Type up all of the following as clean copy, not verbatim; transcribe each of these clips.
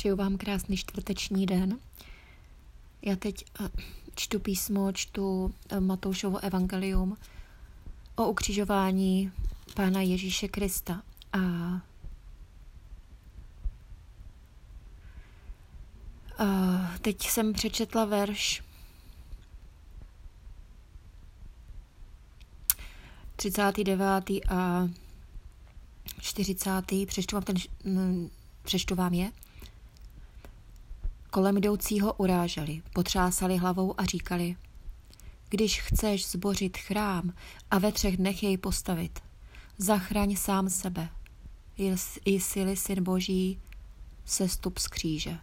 Přeju vám krásný čtvrteční den. Já teď čtu písmo, čtu Matoušovo evangelium o ukřižování Pána Ježíše Krista. A teď jsem přečetla verš 39. a 40. Přečtu vám je. Kolem jdoucího uráželi, potřásali hlavou a říkali: Když chceš zbořit chrám a ve 3 dnech jej postavit, zachraň sám sebe. Jsi-li syn Boží, sestup z kříže.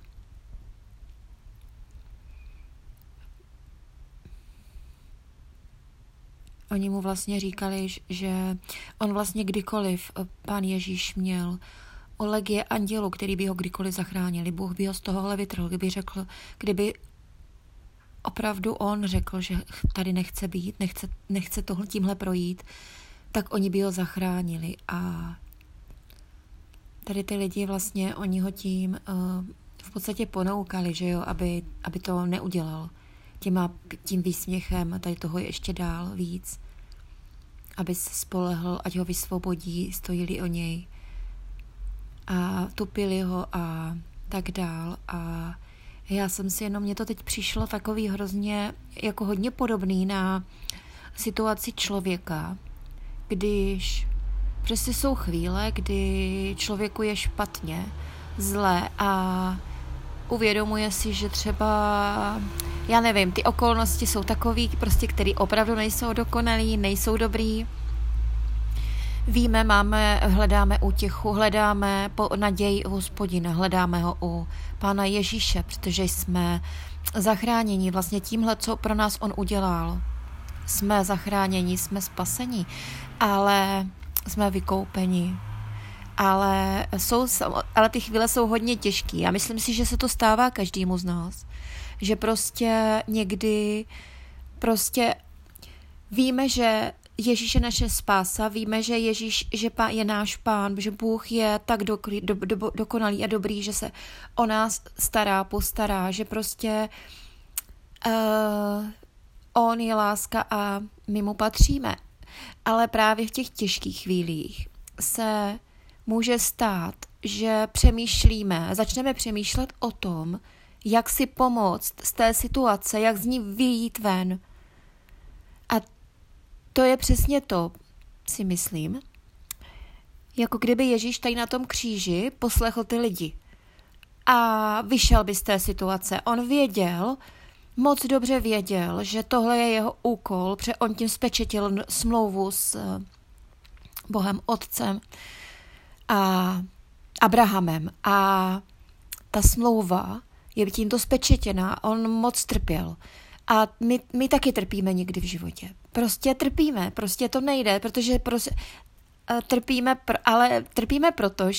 Oni mu vlastně říkali, že on vlastně kdykoliv Pán Ježíš měl o legie andělů, který by ho kdykoliv zachránili, Bůh by ho z tohohle vytrhl, kdyby opravdu on řekl, že tady nechce být, nechce tímhle projít, tak oni by ho zachránili. A tady ty lidi vlastně, oni ho tím v podstatě ponoukali, že jo, aby to neudělal. Tím výsměchem tady toho ještě dál víc, aby se spolehl, ať ho vysvobodí, stojili o něj a tupili ho a tak dál. A já jsem si mně to teď přišlo takový hrozně, jako hodně podobný na situaci člověka, když prostě jsou chvíle, kdy člověku je špatně, zlé a uvědomuje si, že třeba, já nevím, ty okolnosti jsou takový, prostě, který opravdu nejsou dokonalý, nejsou dobrý. Víme, hledáme útěchu, hledáme naději u Hospodina, hledáme ho u Pána Ježíše, protože jsme zachráněni vlastně tímhle, co pro nás on udělal. Jsme zachráněni, jsme spaseni, ale jsme vykoupeni. Ale ty chvíle jsou hodně těžký. A myslím si, že se to stává každému z nás. Že prostě někdy víme, že Ježíš je naše spása, víme, že Ježíš je náš Pán, že Bůh je tak dokonalý a dobrý, že se o nás postará, že prostě on je láska a my mu patříme. Ale právě v těch těžkých chvílích se může stát, že začneme přemýšlet o tom, jak si pomoct z té situace, jak z ní vyjít ven. A to je přesně to, si myslím, jako kdyby Ježíš tady na tom kříži poslechl ty lidi a vyšel by z té situace. On moc dobře věděl, že tohle je jeho úkol, protože on tím spečetil smlouvu s Bohem Otcem a Abrahamem. A ta smlouva je tímto spečetěná. On moc trpěl. A my taky trpíme někdy v životě. Prostě trpíme. Prostě to nejde, protože ale trpíme proto,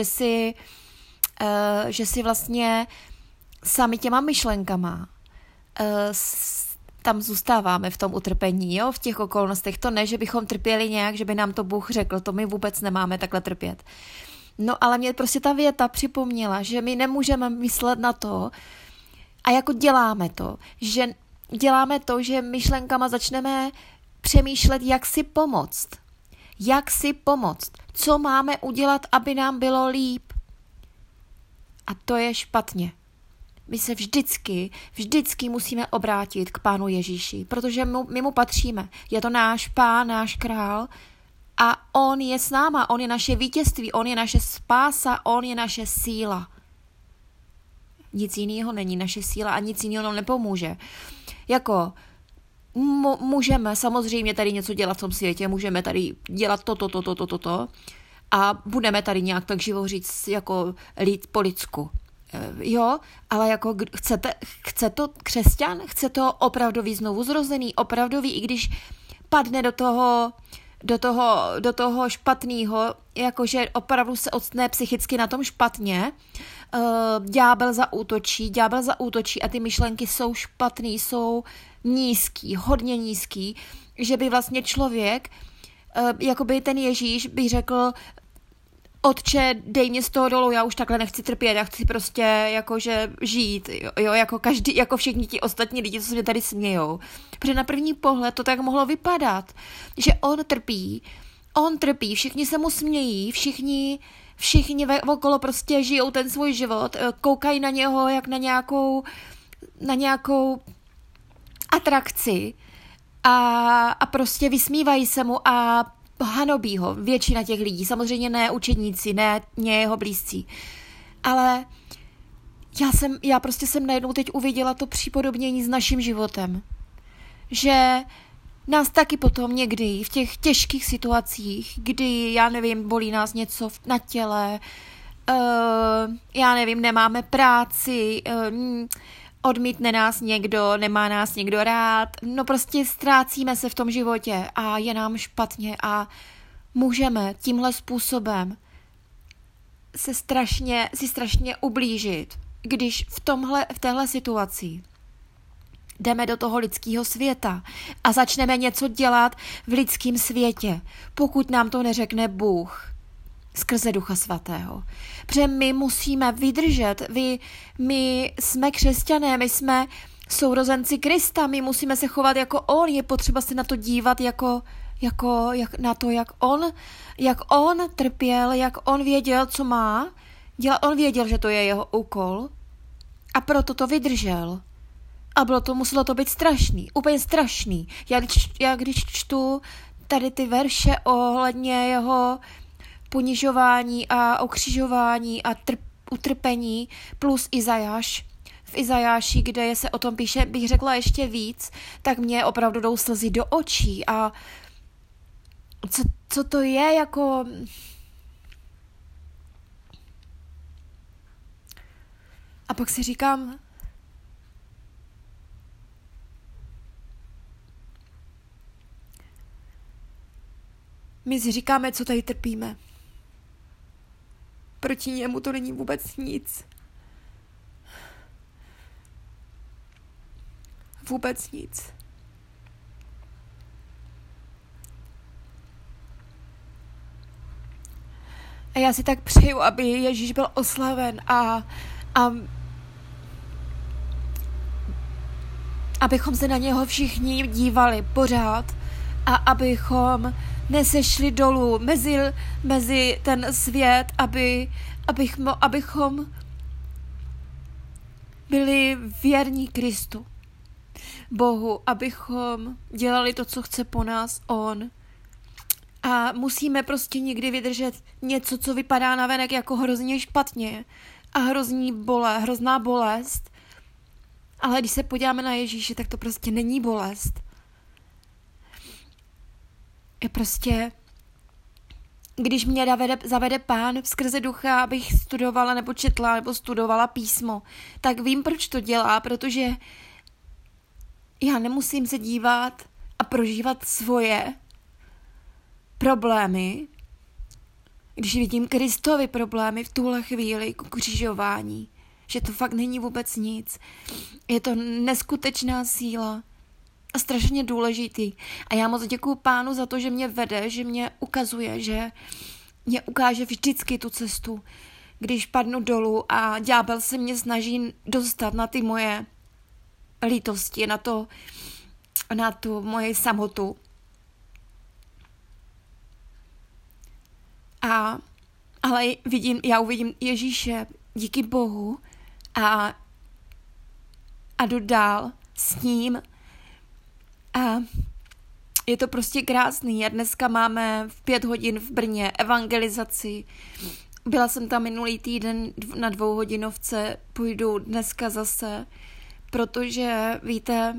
že si vlastně sami těma myšlenkama tam zůstáváme v tom utrpení, jo, v těch okolnostech. To ne, že bychom trpěli nějak, že by nám to Bůh řekl, to my vůbec nemáme takhle trpět. No ale mě prostě ta věta připomněla, že my nemůžeme myslet na to a jako děláme to, že myšlenkama začneme přemýšlet, jak si pomoct, co máme udělat, aby nám bylo líp. A to je špatně. My se vždycky musíme obrátit k Pánu Ježíši, protože my mu patříme. Je to náš Pán, náš král a on je s náma, on je naše vítězství, on je naše spása, on je naše síla. Nic jiného není naše síla a nic jiného nám nepomůže. Jako můžeme samozřejmě tady něco dělat v tom světě, můžeme tady dělat to a budeme tady nějak tak živořit jako po lidsku. Jo, ale jako chce to křesťan, chce to opravdový znovu zrozený, opravdový, i když padne do toho špatného, jakože opravdu se odstne psychicky na tom špatně, ďábel zaútočí a ty myšlenky jsou špatný, jsou nízký, hodně nízký, že by vlastně člověk, jakoby ten Ježíš by řekl, Otče, dej mě z toho dolů, já už takhle nechci trpět, já chci prostě jakože žít, jo, jako všichni ti ostatní lidi, co se mě tady smějou. Protože na první pohled to tak mohlo vypadat, že on trpí, všichni se mu smějí, všichni okolo prostě žijou ten svůj život, koukají na něho jak na nějakou atrakci a prostě vysmívají se mu a hanobí ho většina těch lidí, samozřejmě ne učedníci, ne jeho blízcí, ale já prostě jsem najednou teď uviděla to připodobnění s naším životem, že nás taky potom někdy v těch těžkých situacích, kdy, já nevím, bolí nás něco na těle, já nevím, nemáme práci, odmítne nás někdo, nemá nás někdo rád, no prostě ztrácíme se v tom životě a je nám špatně a můžeme tímhle způsobem si strašně ublížit, když v téhle situaci jdeme do toho lidského světa a začneme něco dělat v lidském světě, pokud nám to neřekne Bůh skrze Ducha Svatého. Protože my musíme vydržet, my jsme křesťané, my jsme sourozenci Krista, my musíme se chovat jako on, je potřeba se na to dívat jak on trpěl, jak on věděl, co má dělat, on věděl, že to je jeho úkol a proto to vydržel. A muselo to být strašný, úplně strašný. Já když čtu tady ty verše ohledně jeho ponižování a ukřižování a utrpení plus Izajáš, v Izajáši, kde se o tom píše, bych řekla ještě víc, tak mě opravdu jdou slzy do očí a co to je jako... A pak si říkám, my si říkáme, co tady trpíme. Proti němu to není vůbec nic. Vůbec nic. A já si tak přeju, aby Ježíš byl oslaven a abychom se na něho všichni dívali pořád a abychom nesešli dolů mezi ten svět, abychom byli věrní Kristu, Bohu, abychom dělali to, co chce po nás on. A musíme prostě někdy vydržet něco, co vypadá navenek jako hrozně špatně a hrozná bolest. Ale když se podíváme na Ježíše, tak to prostě není bolest. Je prostě, když mě zavede Pán skrze Ducha, abych studovala nebo četla nebo studovala písmo, tak vím, proč to dělá, protože já nemusím se dívat a prožívat svoje problémy, když vidím Kristovy problémy v tuhle chvíli k křižování, že to fakt není vůbec nic. Je to neskutečná síla a strašně důležitý. A já moc děkuju Pánu za to, že mě vede, že mě ukazuje, že mě ukáže vždycky tu cestu, když padnu dolů a ďábel se mě snaží dostat na ty moje lítosti, na tu moje samotu. Ale já uvidím Ježíše díky Bohu a jdu dál s ním a je to prostě krásný. A dneska máme v 5 hodin v Brně evangelizaci. Byla jsem tam minulý týden na 2hodinovce, půjdu dneska zase, protože víte,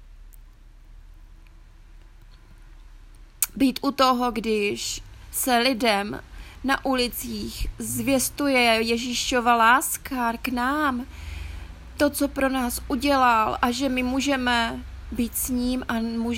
být u toho, když se lidem na ulicích zvěstuje Ježíšova láska k nám, to, co pro nás udělal a že my můžeme být s ním a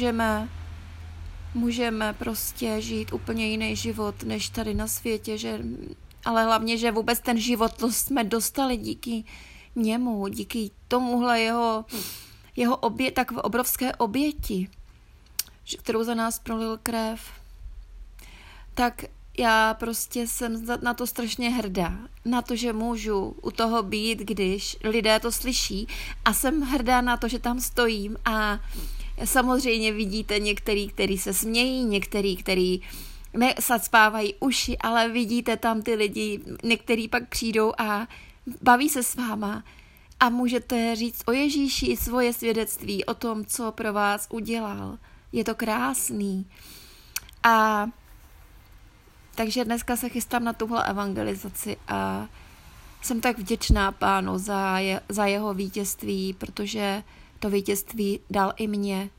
můžeme prostě žít úplně jiný život, než tady na světě, ale hlavně, že vůbec ten život to jsme dostali díky němu, díky tomuhle jeho takové obrovské oběti, kterou za nás prolil krev. Tak já prostě jsem na to strašně hrdá. Na to, že můžu u toho být, když lidé to slyší. A jsem hrdá na to, že tam stojím. A samozřejmě vidíte některý, který se smějí, některý, který nezacpávají uši, ale vidíte tam ty lidi, některý pak přijdou a baví se s váma. A můžete říct o Ježíši svoje svědectví, o tom, co pro vás udělal. Je to krásný. A takže dneska se chystám na tuhle evangelizaci a jsem tak vděčná Pánu za jeho vítězství, protože to vítězství dal i mně.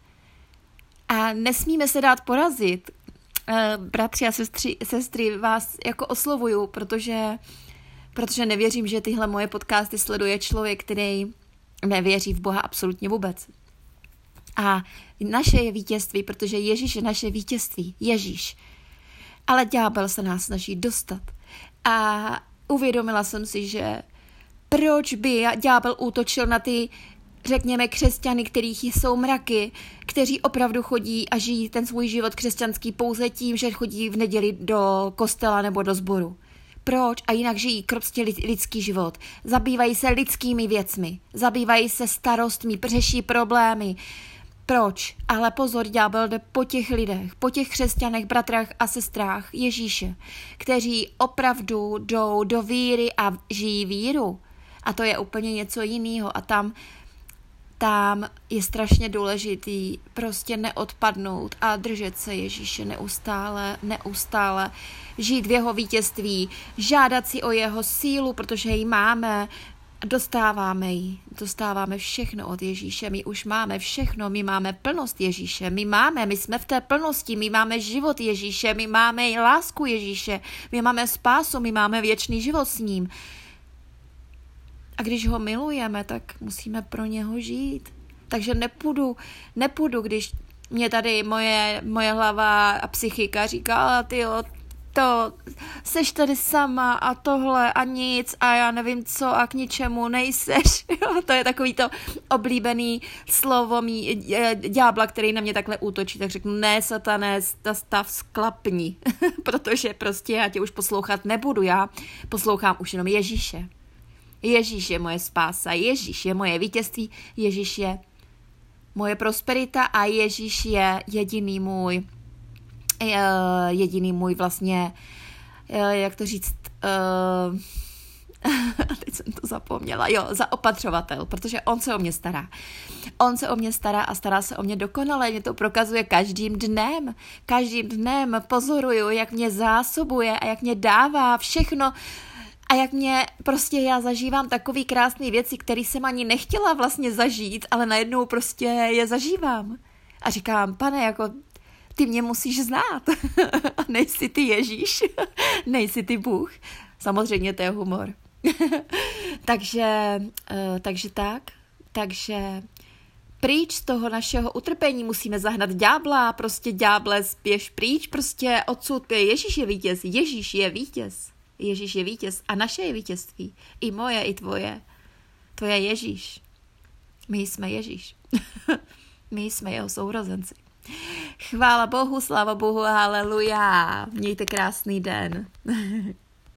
A nesmíme se dát porazit. Bratři a sestry, vás jako oslovuju, protože nevěřím, že tyhle moje podcasty sleduje člověk, který nevěří v Boha absolutně vůbec. A naše je vítězství, protože Ježíš je naše vítězství. Ježíš. Ale ďábel se nás snaží dostat. A uvědomila jsem si, že proč by ďábel útočil na ty, řekněme, křesťany, kterých jsou mraky, kteří opravdu chodí a žijí ten svůj život křesťanský pouze tím, že chodí v neděli do kostela nebo do sboru. Proč? A jinak žijí prostě lidský život. Zabývají se lidskými věcmi. Zabývají se starostmi, řeší problémy. Proč? Ale pozor, ďábel jde po těch lidech, po těch křesťanech, bratrách a sestrách Ježíše, kteří opravdu jdou do víry a žijí víru. A to je úplně něco jiného. A tam je strašně důležitý prostě neodpadnout a držet se Ježíše neustále, žít v jeho vítězství, žádat si o jeho sílu, protože ji máme, dostáváme všechno od Ježíše, my už máme všechno, my máme plnost Ježíše, my jsme v té plnosti, my máme život Ježíše, my máme lásku Ježíše, my máme spásu, my máme věčný život s ním. A když ho milujeme, tak musíme pro něho žít. Takže nepůjdu, když mě tady moje hlava a psychika říká, tyjo, to, seš tady sama a tohle a nic a já nevím co a k ničemu nejseš. Jo, to je takový to oblíbený slovo ďábla, který na mě takhle útočí, tak řeknu, ne, Satané, stav sklapni, protože prostě já tě už poslouchat nebudu, já poslouchám už jenom Ježíše. Ježíš je moje spása, Ježíš je moje vítězství, Ježíš je moje prosperita a Ježíš je jediný můj vlastně, jak to říct, teď jsem to zapomněla, zaopatřovatel, protože on se o mě stará. On se o mě stará a stará se o mě dokonale, mě to prokazuje každým dnem pozoruju, jak mě zásobuje a jak mě dává všechno. A jak mě prostě já zažívám takový krásný věci, které jsem ani nechtěla vlastně zažít, ale najednou prostě je zažívám. A říkám, Pane, jako ty mě musíš znát. Nejsi ty Ježíš, nejsi ty Bůh. Samozřejmě to je humor. Takže pryč z toho našeho utrpení musíme zahnat ďábla, prostě ďáble spěš pryč, prostě odsud Ježíš je vítěz, Ježíš je vítěz. Ježíš je vítěz a naše je vítězství. I moje, i tvoje. To je Ježíš. My jsme Ježíš. My jsme jeho sourozenci. Chvála Bohu, sláva Bohu, haleluja. Mějte krásný den.